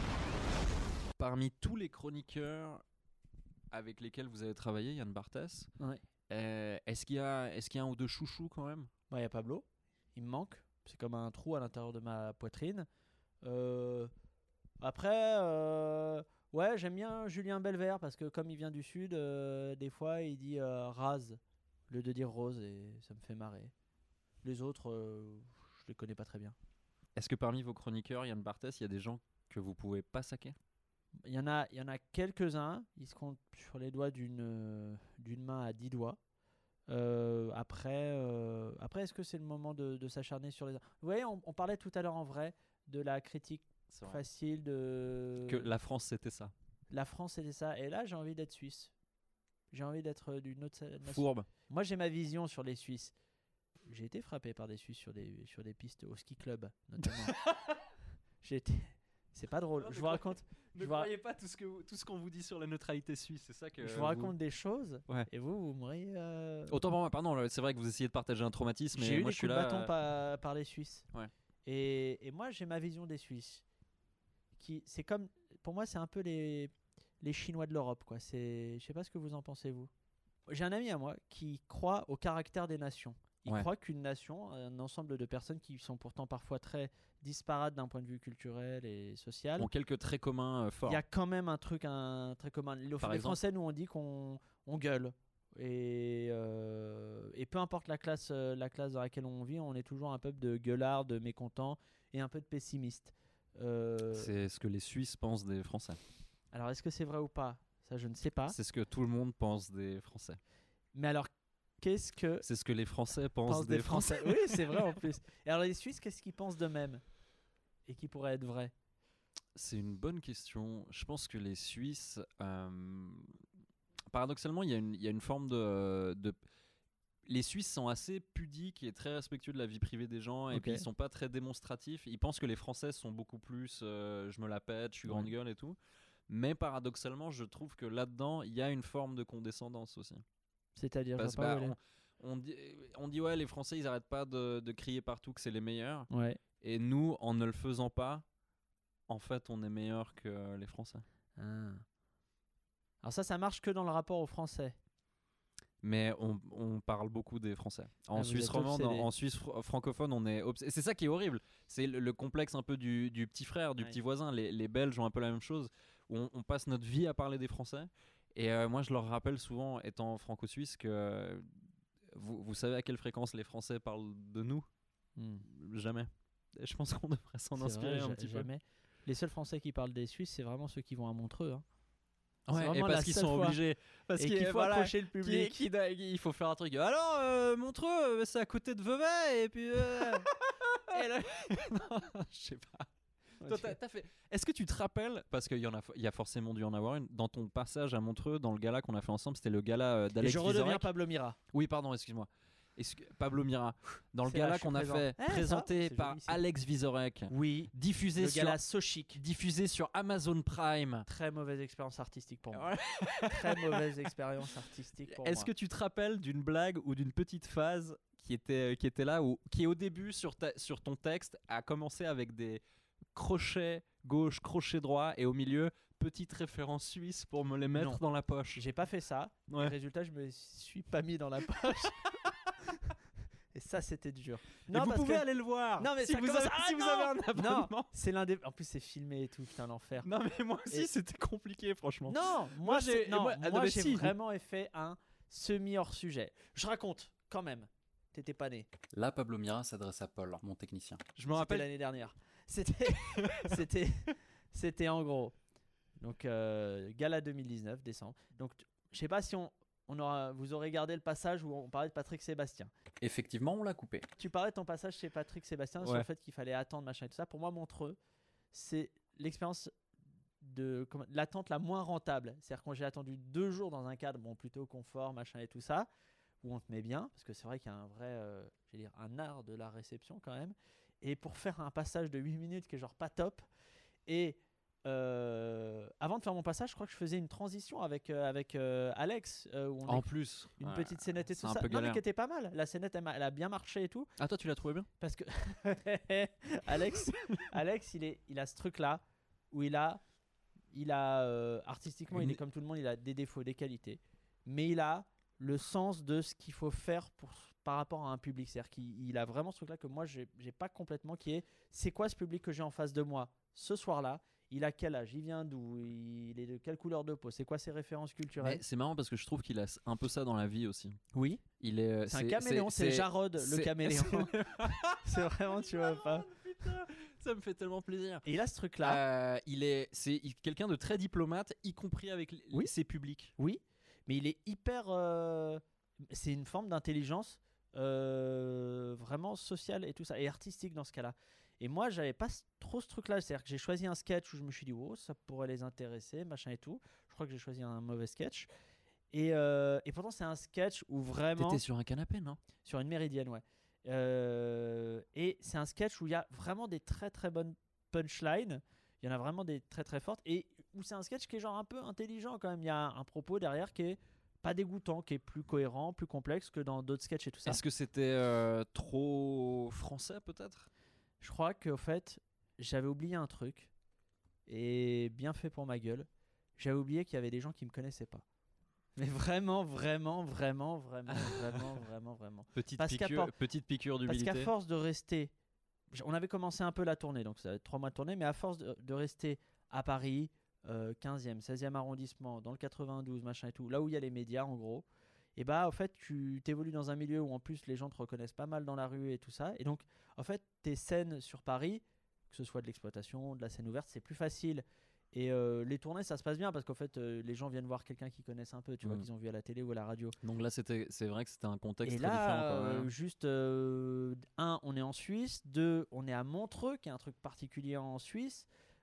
Parmi tous les chroniqueurs avec lesquels vous avez travaillé, Yann Barthès, Ouais. euh, est-ce qu'il y a, est-ce qu'il y a un ou deux chouchous quand même? Il y a Pablo. Il me manque. C'est comme un trou à l'intérieur de ma poitrine. Euh, après, euh, ouais, j'aime bien Julien Belvert parce que comme il vient du Sud, euh, des fois, il dit euh, rase au lieu de dire rose et ça me fait marrer. Les autres, euh, je les connais pas très bien. Est-ce que parmi vos chroniqueurs, Yann Barthès, il y a des gens que vous pouvez pas saquer? Il y en a, il y en a quelques-uns. Ils se comptent sur les doigts d'une euh, d'une main à dix doigts. Euh, après, euh, après est-ce que c'est le moment de, de s'acharner sur les... Vous voyez, on, on parlait tout à l'heure en vrai de la critique C'est vrai. facile de... Que la France, c'était ça. La France, c'était ça. Et là, j'ai envie d'être suisse. J'ai envie d'être d'une autre nation. Fourbe. Moi, j'ai ma vision sur les Suisses. J'ai été frappé par des Suisses sur des, sur des pistes au ski club, notamment. J'ai été... C'est pas drôle. Non, Je ne vous raconte. Ne je vous ra- croyez pas tout ce que vous- tout ce qu'on vous dit sur la neutralité suisse, c'est ça que. Je vous raconte des choses Ouais. et vous, vous mourrez. euh, Autant pour moi, pardon, là, c'est vrai que vous essayez de partager un traumatisme, J'ai mais eu moi des je suis coups de là. bâton euh, par, par les Suisses. Ouais. Et, et moi, j'ai ma vision des Suisses. Qui, c'est comme, pour moi, c'est un peu les, les Chinois de l'Europe, quoi. C'est, je sais pas ce que vous en pensez, vous. J'ai un ami à moi qui croit au caractère des nations. Il Ouais. croit qu'une nation, un ensemble de personnes qui sont pourtant parfois très disparates d'un point de vue culturel et social, ont quelques traits communs euh, forts. il y a quand même un truc un très commun. Les, Par les exemple Français, nous, on dit qu'on on gueule. Et, euh, et peu importe la classe, euh, la classe dans laquelle on vit, on est toujours un peuple de gueulards, de mécontents et un peu de pessimistes. Euh, C'est ce que les Suisses pensent des Français. alors, est-ce que c'est vrai ou pas? Ça, je ne sais pas. C'est ce que tout le monde pense des Français. Mais alors, qu'est-ce que C'est ce que les Français pensent pensent des, Français. Oui, c'est vrai en plus. Et alors, les Suisses, qu'est-ce qu'ils pensent d'eux-mêmes et qui pourrait être vrai? C'est une bonne question. Je pense que les Suisses, euh, paradoxalement, il y, a une- il y a une forme de, de- Les Suisses sont assez pudiques et très respectueux de la vie privée des gens, et Ok. puis ils sont pas très démonstratifs. Ils pensent que les Français sont beaucoup plus euh, je me la pète, je suis grande Ouais. gueule et tout. Mais paradoxalement, je trouve que là-dedans, il y a une forme de condescendance aussi. C'est-à-dire, je Parce vois pas que où elle est. on, on dit, on dit ouais, les Français, ils arrêtent pas de, de crier partout que c'est les meilleurs. Ouais. Et nous, en ne le faisant pas, en fait, on est meilleur que les Français. Ah. Alors ça, ça marche que dans le rapport aux Français. Mais on, on parle beaucoup des Français. En Ah, vous Suisse êtes romande, en, obsédés. en Suisse fr- francophone, on est obs- et c'est ça qui est horrible. C'est le, le complexe un peu du, du petit frère, du Ouais. petit voisin. Les, les Belges ont un peu la même chose. Où on, on passe notre vie à parler des Français. Et euh, moi, je leur rappelle souvent, étant franco-suisse, que euh, vous, vous savez à quelle fréquence les Français parlent de nous? Hmm. Jamais. Et je pense qu'on devrait s'en C'est inspirer vrai, un ja- petit jamais. Les seuls Français qui parlent des Suisses, c'est vraiment ceux qui vont à Montreux. Hein. peu. Ouais, C'est et vraiment la parce qu'ils seule sont fois. obligés. Parce Et qu'il qu'il faut voilà, approcher le qui- public. qui doit- il faut faire un truc. Alors, euh, Montreux, euh, c'est à côté de Vevey, et puis. euh, et là- non, je sais pas. Toi, Ok. t'as- t'as fait... Est-ce que tu te rappelles, parce qu'il y, en a, il y a forcément dû en avoir une, dans ton passage à Montreux, dans le gala qu'on a fait ensemble, c'était le gala euh, Et d'Alex je redeviens Vizorek. Pablo Mira. Oui, pardon, excuse-moi. Est-ce que- Pablo Mira, dans le C'est là, gala je suis qu'on a présent. fait, Eh, ça, présenté c'est par joli, ici. Alex Vizorek, Oui. diffusé, Le sur, gala So Chic. diffusé sur Amazon Prime. Très mauvaise expérience artistique pour moi. Voilà. Très mauvaise expérience artistique pour Est-ce moi. que tu te rappelles d'une blague ou d'une petite phase qui était, qui était là, ou qui au début sur, ta- sur ton texte a commencé avec des crochets gauche, crochet droit, et au milieu, petite référence suisse pour me les mettre Non. dans la poche? J'ai pas fait ça. Ouais. Résultat, je me suis pas mis dans la poche. Et ça, c'était dur. Et vous parce pouvez que- aller le voir Non, mais si, ça vous commence- avez, Ah, si vous non avez un Non, abonnement. c'est l'un des. En plus, c'est filmé et tout. Putain, l'enfer. Non, mais moi aussi, Et- c'était compliqué, franchement. Non, moi, Moi, j'ai- c'est- non, moi- ah, non, moi, mais j'ai si. vraiment fait un semi hors sujet. Je raconte quand même. T'étais pas né. Là, Pablo Mira s'adresse à Paul, mon technicien. Je me C'était rappelle. l'année dernière. C'était, c'était, c'était en gros. Donc euh, Gala deux mille dix-neuf, décembre. Donc tu- je sais pas si on, on aura, vous aurez gardé le passage où on parlait de Patrick Sébastien. Effectivement, on l'a coupé. Tu parlais de ton passage chez Patrick Sébastien sur Ouais. le fait qu'il fallait attendre machin et tout ça. Pour moi, Montreux, c'est l'expérience de comment- l'attente la moins rentable. C'est-à-dire quand j'ai attendu deux jours dans un cadre bon plutôt confort machin et tout ça, où on te met bien, parce que c'est vrai qu'il y a un vrai, euh, je vais dire, un art de la réception quand même. Et pour faire un passage de huit minutes qui est genre pas top. Et euh, avant de faire mon passage, je crois que je faisais une transition avec, euh, avec euh, Alex, euh, où on En a plus. une Ouais. petite scénette et c'est tout un ça. peu Non, mais galère. qui était pas mal. La scénette, elle, m'a- elle a bien marché et tout. Ah, toi, tu l'as trouvé bien? Parce que Alex, Alex il, est, il a ce truc-là où il a, il a euh, artistiquement, il Une- est comme tout le monde, il a des défauts, des qualités. Mais il a le sens de ce qu'il faut faire pour, par rapport à un public. C'est-à-dire qu'il il a vraiment ce truc-là que moi, j'ai j'ai pas complètement, qui est, c'est quoi ce public que j'ai en face de moi ce soir-là? Il a quel âge? Il vient d'où? Il est de quelle couleur de peau? C'est quoi ses références culturelles? Mais c'est marrant parce que je trouve qu'il a un peu ça dans la vie aussi. Oui. Il est. euh, C'est un caméléon, c'est Jarod le c'est- caméléon. C'est vraiment, tu vois pas. Putain, ça me fait tellement plaisir. Et il a ce truc-là. Euh, il est, c'est il- quelqu'un de très diplomate, y compris avec l- Oui. ses publics. Oui, mais il est hyper. euh, c'est une forme d'intelligence euh, vraiment sociale et tout ça, et artistique dans ce cas-là. Et moi, j'avais pas s- trop ce truc-là. C'est-à-dire que j'ai choisi un sketch où je me suis dit, oh, ça pourrait les intéresser, machin et tout. Je crois que j'ai choisi un mauvais sketch. Et, euh, et pourtant, c'est un sketch où vraiment. T'étais sur un canapé, non? Sur une méridienne, ouais. Euh, et c'est un sketch où il y a vraiment des très très bonnes punchlines Il y en a vraiment des très très fortes et où c'est un sketch qui est genre un peu intelligent quand même. Il y a un propos derrière qui est pas dégoûtant, qui est plus cohérent, plus complexe que dans d'autres sketchs et tout ça. Est-ce que c'était euh, trop français peut-être? Je crois qu'au fait, j'avais oublié un truc et bien fait pour ma gueule. J'avais oublié qu'il y avait des gens qui me connaissaient pas. Mais vraiment, vraiment, vraiment, vraiment, vraiment, vraiment, vraiment. Petite Parce qu'à piqûre, for- petite piqûre Parce d'humilité. qu'à force de rester, on avait commencé un peu la tournée, donc ça avait trois mois de tournée, mais à force de, de rester à Paris, euh, quinzième, seizième arrondissement, dans le quatre-vingt-douze, machin et tout, là où il y a les médias en gros, et bah en fait tu t'évolues dans un milieu où en plus les gens te reconnaissent pas mal dans la rue et tout ça, et donc en fait tes scènes sur Paris, que ce soit de l'exploitation, de la scène ouverte, c'est plus facile. Et euh, les tournées ça se passe bien parce qu'en fait euh, les gens viennent voir quelqu'un qu'ils connaissent un peu, tu vois, Mm. qu'ils ont vu à la télé ou à la radio. Donc là, c'était, c'est vrai que c'était un contexte Et très là, différent. Quoi, ouais. euh, juste, euh, un, on est en Suisse. Deux, on est à Montreux, qui est un truc particulier en Suisse.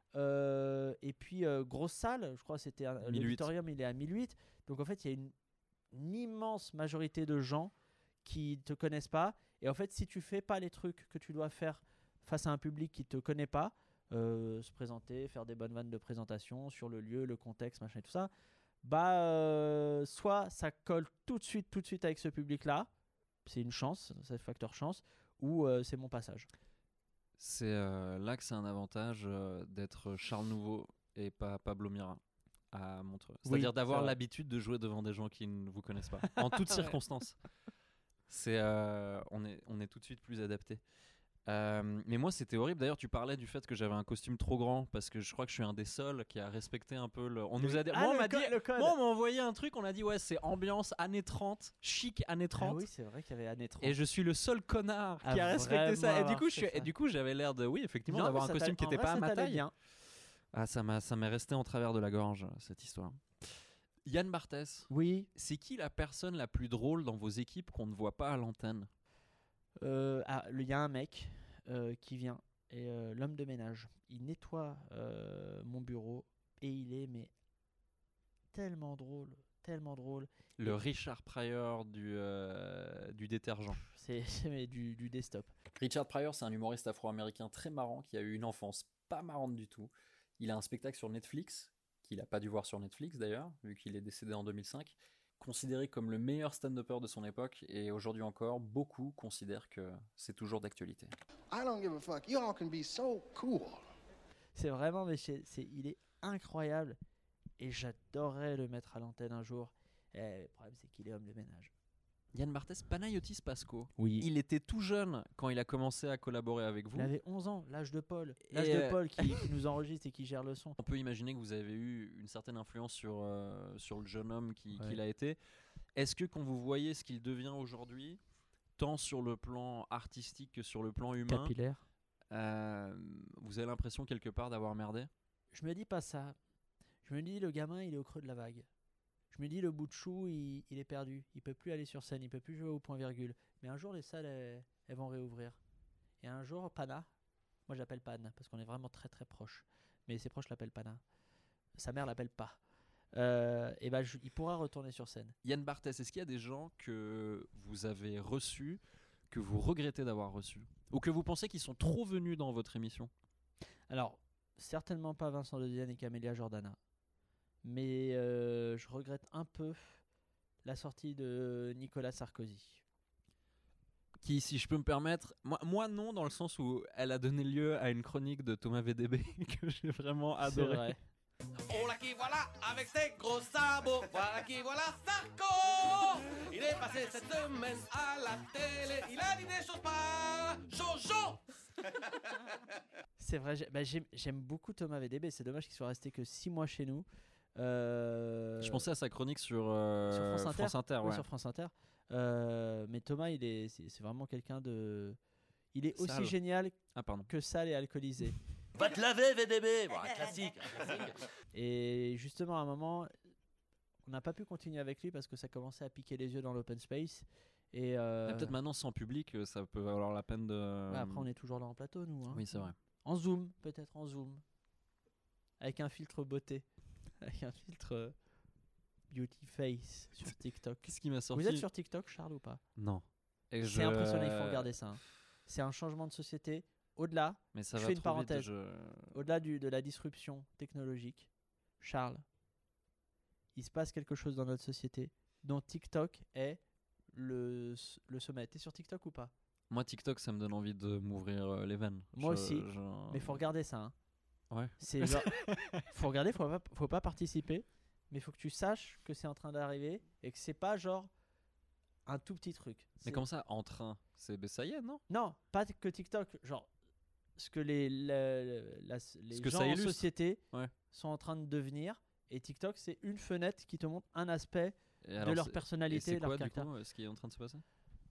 Euh, et puis, euh, grosse salle, je crois que c'était un- mille huit. l'auditorium, il est à mille huit. Donc, en fait, il y a une, une immense majorité de gens qui te connaissent pas. Et en fait, si tu fais pas les trucs que tu dois faire face à un public qui te connaît pas, euh, se présenter, faire des bonnes vannes de présentation sur le lieu, le contexte, machin et tout ça, bah euh, soit ça colle tout de suite tout de suite avec ce public là, c'est une chance, c'est le facteur chance, ou euh, c'est mon passage. C'est euh, là que c'est un avantage euh, d'être Charles Nouveau et pas Pablo Mira à Montreux. C'est-à-dire Oui, d'avoir c'est vrai. l'habitude de jouer devant des gens qui ne vous connaissent pas, en toutes circonstances. C'est, euh, on, est, on est tout de suite plus adapté. Euh, mais moi, c'était horrible. D'ailleurs, tu parlais du fait que j'avais un costume trop grand parce que je crois que je suis un des seuls qui a respecté un peu le. On nous a dit. Ah, moi, on le m'a code, dit. le code. Moi, on m'a envoyé un truc. On a dit ouais, c'est ambiance années trente, chic années Ah trente. oui, c'est vrai qu'il y avait années trente. Et je suis le seul connard À qui a respecté ça. Et vraiment du coup, je avoir suis, fait et ça. du coup, j'avais l'air de, oui, effectivement, Non, d'avoir mais un ça costume t'a- qui en n'était vrai, pas à ça ma t'allait taille. bien. Ah, ça m'a, ça m'est resté en travers de la gorge cette histoire. Yann Barthès, Oui, c'est qui la personne la plus drôle dans vos équipes qu'on ne voit pas à l'antenne? euh, ah, il y a un mec euh, qui vient, et euh, l'homme de ménage, il nettoie euh, mon bureau et il est mais tellement drôle, tellement drôle. Le Richard Pryor du, euh, du détergent. C'est, c'est mais du, du desktop. Richard Pryor, c'est un humoriste afro-américain très marrant qui a eu une enfance pas marrante du tout. Il a un spectacle sur Netflix, qu'il n'a pas dû voir sur Netflix d'ailleurs, vu qu'il est décédé en deux mille cinq, considéré comme le meilleur stand-upper de son époque, et aujourd'hui encore, beaucoup considèrent que c'est toujours d'actualité. I don't give a fuck. You all can be so cool. C'est vraiment, mais c'est, c'est- il est incroyable et j'adorerais le mettre à l'antenne un jour. Et le problème, c'est qu'il est homme de ménage. Yann Barthès, Panayotis Pasco. Oui. Il était tout jeune quand il a commencé à collaborer avec vous. Il avait onze ans, l'âge de Paul. L'âge Et de euh, Paul qui, qui nous enregistre et qui gère le son. On peut imaginer que vous avez eu une certaine influence sur, euh, sur le jeune homme qui, Ouais. qu'il a été. Est-ce que quand vous voyez ce qu'il devient aujourd'hui, tant sur le plan artistique que sur le plan humain, Capillaire. euh, vous avez l'impression quelque part d'avoir merdé? Je me dis pas ça. Je me dis, le gamin, il est au creux de la vague. Je me dis, le bout de chou, il, il est perdu. Il peut plus aller sur scène, il peut plus jouer au point virgule. Mais un jour, les salles, elles, elles vont réouvrir. Et un jour, Pana, moi j'appelle Pan, parce qu'on est vraiment très très proches. Mais ses proches l'appellent Pana. Sa mère l'appelle pas. Euh, et ben, je- il pourra retourner sur scène. Yann Barthès, est-ce qu'il y a des gens que vous avez reçus, que vous regrettez d'avoir reçus, ou que vous pensez qu'ils sont trop venus dans votre émission? Alors, certainement pas Vincent De Dienne et Camélia Jordana. Mais euh, je regrette un peu la sortie de Nicolas Sarkozy. Qui, si je peux me permettre, moi, moi non, dans le sens où elle a donné lieu à une chronique de Thomas V D B que j'ai vraiment C'est adoré. vrai. Oh là qui voilà avec ses gros sabots, voilà qui voilà Sarko. Il est passé cette semaine à la télé, il a dit des choses pas Jojo. C'est vrai, j'ai- bah, j'aime, j'aime beaucoup Thomas V D B. C'est dommage qu'il soit resté que six mois chez nous. Euh, Je pensais à sa chronique sur, euh, sur France Inter. Oui, ouais. sur France Inter. Euh, mais Thomas, il est, c'est, c'est vraiment quelqu'un de. Il est aussi Sale. génial Ah, pardon. que sale et alcoolisé. Va te laver V D B, bon, un classique, un classique. Et justement, à un moment, on n'a pas pu continuer avec lui parce que ça commençait à piquer les yeux dans l'open space. Et euh, Mais peut-être maintenant sans public, euh, ça peut valoir la peine de. ouais, après, on est toujours là en plateau, nous. hein. Oui, c'est vrai. En zoom, peut-être en zoom. Avec un filtre beauté. Avec un filtre euh, beauty face sur TikTok. Qu'est-ce qui m'a sorti? Vous êtes sur TikTok, Charles, ou pas? Non. Et C'est je- impressionnant, il faut regarder ça. hein. C'est un changement de société au-delà, Mais ça je va fais une trop vite, parenthèse. je- Au-delà du, de la disruption technologique, Charles, il se passe quelque chose dans notre société dont TikTok est le, s- le sommet. T'es sur TikTok ou pas? Moi, TikTok, ça me donne envie de m'ouvrir euh, les veines. Moi Je- aussi, je- mais faut regarder ça. Hein. Ouais. C'est genre, faut regarder, faut pas, faut pas participer, mais faut que tu saches que c'est en train d'arriver et que c'est pas genre un tout petit truc. Mais C'est- comment ça, en train? C'est ben, ça y est, non? Non, pas que TikTok, genre ce que les, la- la- les Ce que gens ça en illustre. société Ouais. sont en train de devenir. Et TikTok, c'est une fenêtre qui te montre un aspect Et de alors, leur c'est- personnalité, et c'est de leur quoi, du caractère. coup, euh, ce qui est en train de se passer?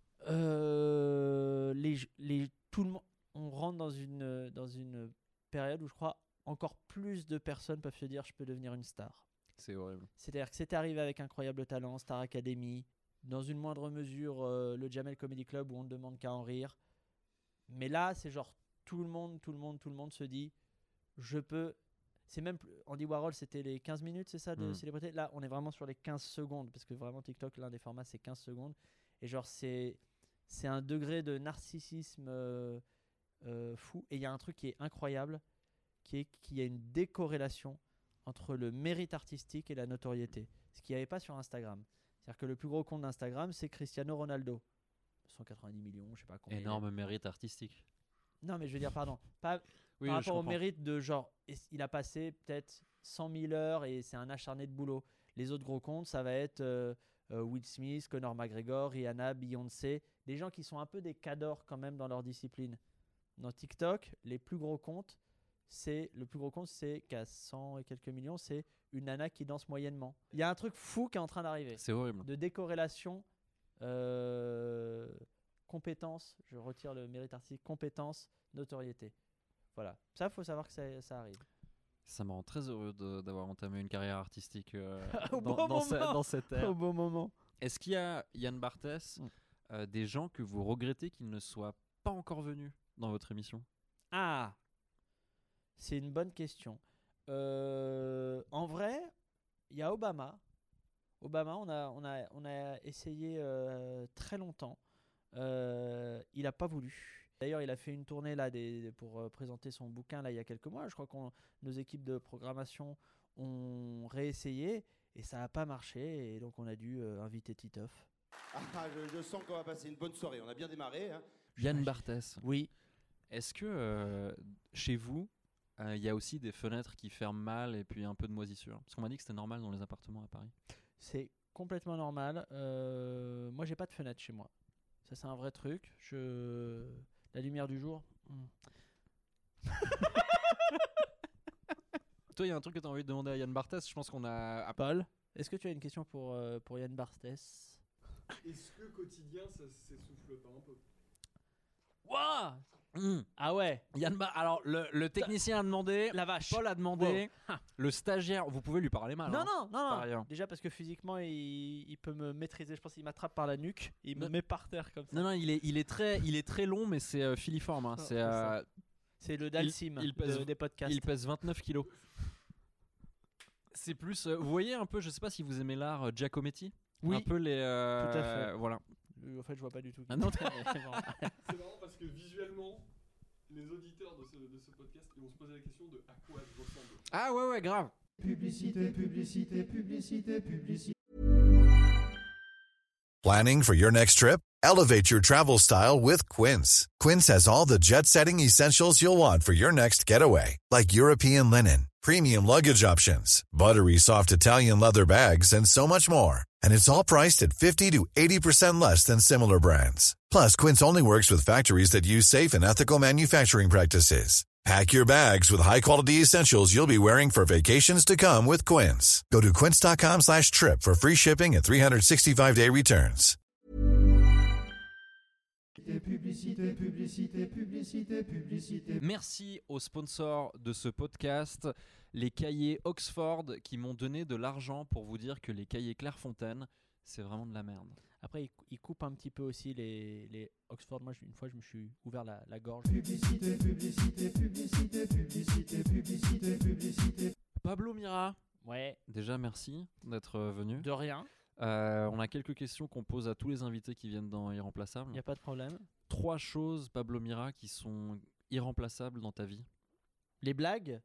Euh, les, les, tout le monde, on rentre dans une, dans une période où je crois encore plus de personnes peuvent se dire je peux devenir une star. C'est horrible. C'est-à-dire que c'était arrivé avec Incroyable Talent, Star Academy, dans une moindre mesure euh, le Jamel Comedy Club où on ne demande qu'à en rire. Mais là, c'est genre tout le monde, tout le monde, tout le monde se dit je peux. C'est même plus- Andy Warhol, c'était les quinze minutes, c'est ça, de Mm. célébrité. Là, on est vraiment sur les quinze secondes parce que vraiment TikTok, l'un des formats, c'est quinze secondes. Et genre, c'est c'est un degré de narcissisme euh, euh, fou. Et il y a un truc qui est incroyable, qui est qu'il y a une décorrélation entre le mérite artistique et la notoriété. Ce qu'il n'y avait pas sur Instagram. C'est-à-dire que le plus gros compte d'Instagram, c'est Cristiano Ronaldo. cent quatre-vingt-dix millions, je sais pas combien. il a. Énorme mérite artistique. Non, mais je veux dire, pardon. Pas Oui, par je rapport au comprends. mérite de genre, et- il a passé peut-être cent mille heures et c'est un acharné de boulot. Les autres gros comptes, ça va être euh, euh, Will Smith, Conor McGregor, Rihanna, Beyoncé. Des gens qui sont un peu des cadors quand même dans leur discipline. Dans TikTok, les plus gros comptes, c'est le plus gros compte, c'est qu'à cent et quelques millions, c'est une nana qui danse moyennement. Il y a un truc fou qui est en train d'arriver. C'est horrible. De décorrélation, euh, compétence, je retire le mérite artistique, compétence, notoriété. Voilà. Ça, faut savoir que ça, ça arrive. Ça me rend très heureux de- d'avoir entamé une carrière artistique euh, Au dans, bon dans, ce- moment. dans cette ère. Au bon moment. Est-ce qu'il y a, Yann Barthès, Mm. euh, des gens que vous regrettez qu'ils ne soient pas encore venus dans votre émission? Ah, c'est une bonne question. Euh, en vrai, il y a Obama. Obama, on a, on a, on a essayé euh, très longtemps. Euh, il n'a pas voulu. D'ailleurs, il a fait une tournée là, des, pour euh, présenter son bouquin là, il y a quelques mois. Je crois que nos équipes de programmation ont réessayé et ça n'a pas marché. Et donc, on a dû euh, inviter Titoff. Ah, je, je sens qu'on va passer une bonne soirée. On a bien démarré. Hein. Yann Barthès. Oui. Est-ce que euh, chez vous, il y a aussi des fenêtres qui ferment mal et puis un peu de moisissure? Parce qu'on m'a dit que c'était normal dans les appartements à Paris. C'est complètement normal. Euh, moi, j'ai pas de fenêtre chez moi. Ça, c'est un vrai truc. Je... La lumière du jour. hmm. Toi, il y a un truc que tu as envie de demander à Yann Barthès. Je pense qu'on a. Paul, est-ce que tu as une question pour, euh, pour Yann Barthès? Est-ce que quotidien ça s'essouffle pas un peu? Waouh Mmh. Ah ouais. Yann Bar- Alors, le, le technicien a demandé. La vache. Paul a demandé. Wow. Le stagiaire. Vous pouvez lui parler mal. Non, hein, non, non, par non. ailleurs. Déjà parce que physiquement, il, il peut me maîtriser. Je pense qu'il m'attrape par la nuque. Et il me Non. met par terre comme ça. Non, non, il est, il est, très, il est très long, mais c'est euh, filiforme. hein. Oh, C'est c'est ça. euh, C'est le Dalsim il pèse- de- des podcasts. il pèse vingt-neuf kilos. C'est plus. euh, vous voyez un peu, je sais pas si vous aimez l'art euh, Giacometti. Oui. Un peu les. euh, Tout à fait. Voilà. Euh, En fait, je vois pas du tout. Ah non, Mais bon. C'est marrant parce que visuellement, les auditeurs de ce, de ce podcast ils vont se poser la question de à quoi je ressemble. Ah ouais, ouais, grave. Publicité, publicité, publicité, publicité. Planning for your next trip? Elevate your travel style with Quince. Quince has all the jet-setting essentials you'll want for your next getaway, like European linen, premium luggage options, buttery soft Italian leather bags, and so much more. And it's all priced at fifty to eighty percent less than similar brands. Plus, Quince only works with factories that use safe and ethical manufacturing practices. Pack your bags with high-quality essentials you'll be wearing for vacations to come with Quince. Go to quince.com slash trip for free shipping and three sixty-five day returns. Publicité, publicité, publicité, publicité. Merci aux sponsors de ce podcast, les cahiers Oxford, qui m'ont donné de l'argent pour vous dire que les cahiers Clairefontaine, c'est vraiment de la merde. Après, il, il coupe un petit peu aussi les, les Oxford. Moi, je- une fois, je me suis ouvert la, la gorge. Publicité, publicité, publicité, publicité, publicité, publicité. Pablo Mira, Ouais, déjà merci d'être euh, venu. de rien. Euh, on a quelques questions qu'on pose à tous les invités qui viennent dans Irremplaçable. Il n'y a pas de problème. Trois choses, Pablo Mira, qui sont irremplaçable dans ta vie? Les blagues,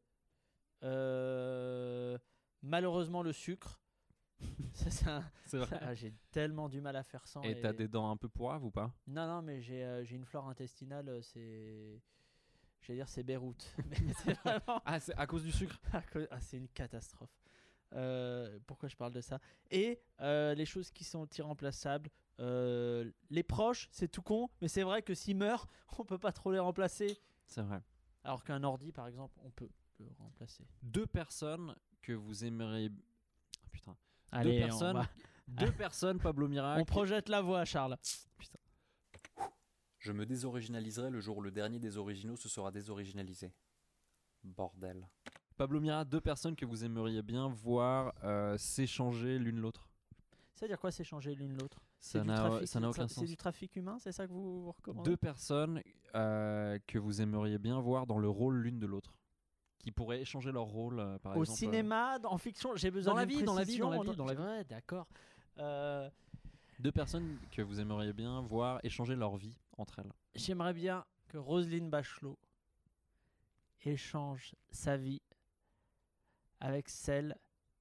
euh, malheureusement le sucre. Ça, c'est un- C'est vrai. ça, j'ai tellement du mal à faire sans. Et t'as des dents un peu pourraves ou pas? Non, non, mais j'ai euh, j'ai une flore intestinale, euh, c'est. J'allais dire c'est Beyrouth. Mais c'est vraiment. Ah, c'est à cause du sucre? À cause- Ah, c'est une catastrophe. Euh, pourquoi je parle de ça? Et euh, les choses qui sont irremplaçables, euh, les proches, c'est tout con, mais c'est vrai que s'ils meurent, on peut pas trop les remplacer. C'est vrai. Alors qu'un ordi, par exemple, on peut le remplacer. Deux personnes que vous aimeriez. Ah, putain. Allez, deux on personnes. va- Deux personnes, Pablo Mira. On projette la voix, Charles. Putain. Je me désoriginaliserai le jour où le dernier des originaux se sera désoriginalisé. Bordel. Pablo Mira, deux personnes que vous aimeriez bien voir euh, s'échanger l'une l'autre. C'est-à-dire quoi s'échanger l'une l'autre? Ça C'est du n'a- trafic- ça n'a aucun c'est sens. du trafic humain, c'est ça que vous, vous recommandez? Deux personnes euh, que vous aimeriez bien voir dans le rôle l'une de l'autre. Qui pourraient échanger leur rôle, euh, par Au exemple. cinéma, dans- en fiction, j'ai besoin Dans la d'une vie, dans la vie, dans la précision, vie, dans la vie. Ouais, d'accord. Euh, euh, Deux personnes que vous aimeriez bien voir échanger leur vie entre elles. J'aimerais bien que Roselyne Bachelot échange sa vie avec celle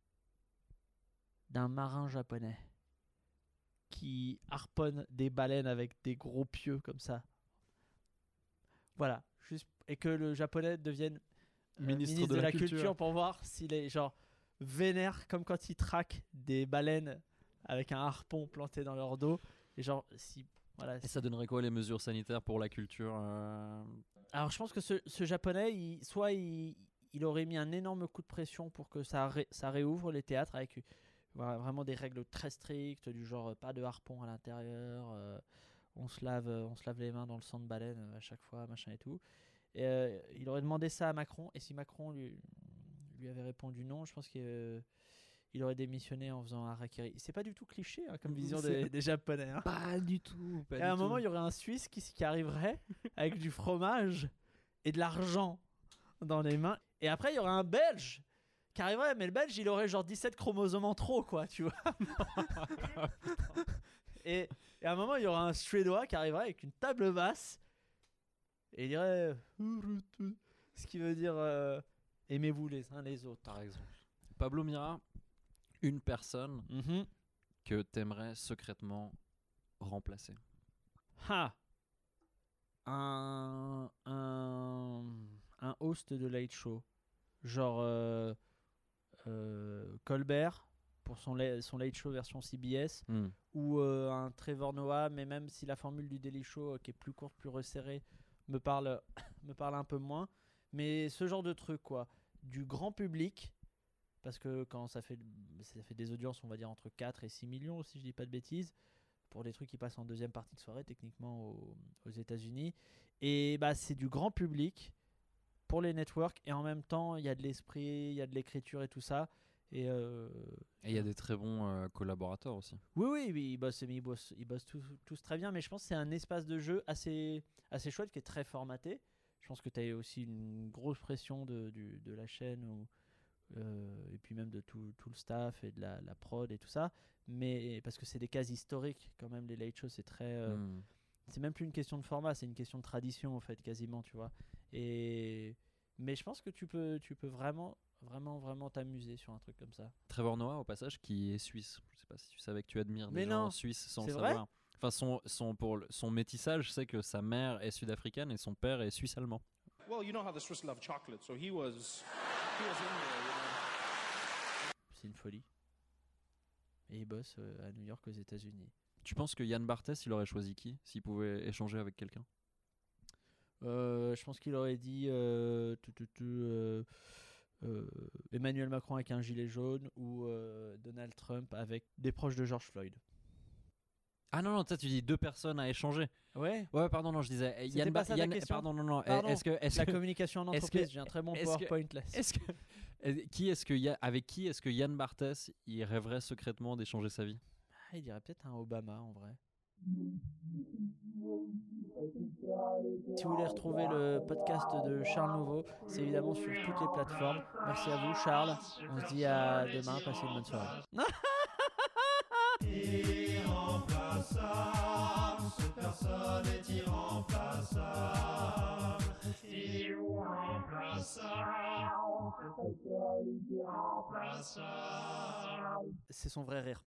d'un marin japonais qui harponne des baleines avec des gros pieux comme ça. Voilà, juste et que le japonais devienne euh, Ministre de la culture. pour voir s'il est genre vénère comme quand il traque des baleines avec un harpon planté dans leur dos et genre si voilà. Et ça donnerait quoi les mesures sanitaires pour la culture euh, Alors je pense que ce, ce japonais, il, soit il, il aurait mis un énorme coup de pression pour que ça, ré, ça réouvre les théâtres avec voilà, vraiment des règles très strictes du genre euh, pas de harpon à l'intérieur, euh, on se lave, euh, on se lave les mains dans le sang de baleine euh, à chaque fois, machin et tout. Et, euh, il aurait demandé ça à Macron et si Macron lui, lui avait répondu non, je pense qu'il euh, aurait démissionné en faisant un harakiri. C'est pas du tout cliché hein, comme vision des, des Japonais. Hein. Pas du tout. Pas Et du à un tout. moment, il y aurait un Suisse qui, qui arriverait avec du fromage et de l'argent dans les mains. Et après, il y aurait un Belge qui arriverait, mais le Belge, il aurait genre dix-sept chromosomes en trop, quoi, tu vois. et, et à un moment, il y aurait un Suédois qui arriverait avec une table basse et il dirait ce qui veut dire euh, aimez-vous les uns les autres. Par exemple. Pablo Mira, une personne mm-hmm. que t'aimerais secrètement remplacer. Ha un, un, un host de Late Show. Genre euh, euh, Colbert pour son, la- son Late Show version C B S. Mm. Ou euh, un Trevor Noah, mais même si la formule du Daily Show euh, qui est plus courte, plus resserrée, me parle, me parle un peu moins. Mais ce genre de truc, quoi. Du grand public. Parce que quand ça fait, ça fait des audiences, on va dire entre quatre et six millions, si je dis pas de bêtises, pour des trucs qui passent en deuxième partie de soirée, techniquement aux, aux États-Unis. Et bah, c'est du grand public pour les networks, et en même temps, il y a de l'esprit, il y a de l'écriture et tout ça. Et euh, Et il y a des très bons euh, collaborateurs aussi. oui, oui, oui, ils bossent, ils bossent, ils bossent tous, tous très bien, mais je pense que c'est un espace de jeu assez, assez chouette qui est très formaté. Je pense que tu as aussi une grosse pression de, du, de la chaîne ou, euh, et puis même de tout, tout le staff et de la, la prod et tout ça, mais parce que c'est des cases historiques quand même, les late shows, c'est très euh, Mm. c'est même plus une question de format, c'est une question de tradition en fait, quasiment, tu vois. Et mais je pense que tu peux tu peux vraiment vraiment vraiment t'amuser sur un truc comme ça. Trevor Noah, au passage, qui est suisse. Je sais pas si tu savais que tu admires Mais des gens non. suisses sans le C'est vrai savoir. Enfin, son, son, pour le- son métissage, je sais que sa mère est sud-africaine et son père est suisse-allemand. Well, you know how the Swiss love chocolate, so he was he was in there, you know. C'est une folie. Et il bosse euh, à New York aux États-Unis. Tu penses que Yann Barthès, il aurait choisi qui s'il pouvait échanger avec quelqu'un? Euh, je pense qu'il aurait dit euh, tu, tu, tu, euh, euh, Emmanuel Macron avec un gilet jaune ou euh, Donald Trump avec des proches de George Floyd. Ah non, non, toi, tu dis deux personnes à échanger. Ouais. Ouais, pardon, non, je disais. euh, C'était Yann pas Ba- ça ta Yann- question Pardon, non, non. Pardon, Est-ce que, est-ce la que- communication en est-ce entreprise, que- j'ai un très bon est-ce que- PowerPoint là. Est-ce que, est- qui est-ce que Ya- avec qui est-ce que Yann Barthès il rêverait secrètement d'échanger sa vie? Ah, il dirait peut-être un Obama en vrai. Si vous voulez retrouver le podcast de Charles Nouveau, c'est évidemment sur toutes les plateformes. Merci à vous Charles. On se dit à demain, passez une bonne soirée. Irremplaçable, cette personne est irremplaçable. C'est son vrai rire.